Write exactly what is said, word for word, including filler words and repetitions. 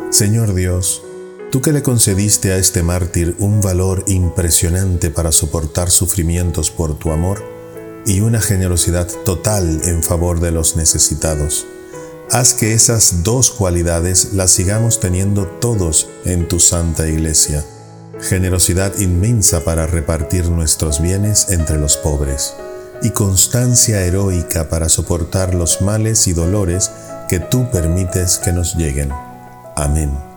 Señor Dios, tú que le concediste a este mártir un valor impresionante para soportar sufrimientos por tu amor y una generosidad total en favor de los necesitados, haz que esas dos cualidades las sigamos teniendo todos en tu Santa Iglesia. Generosidad inmensa para repartir nuestros bienes entre los pobres y constancia heroica para soportar los males y dolores que tú permites que nos lleguen. Amén.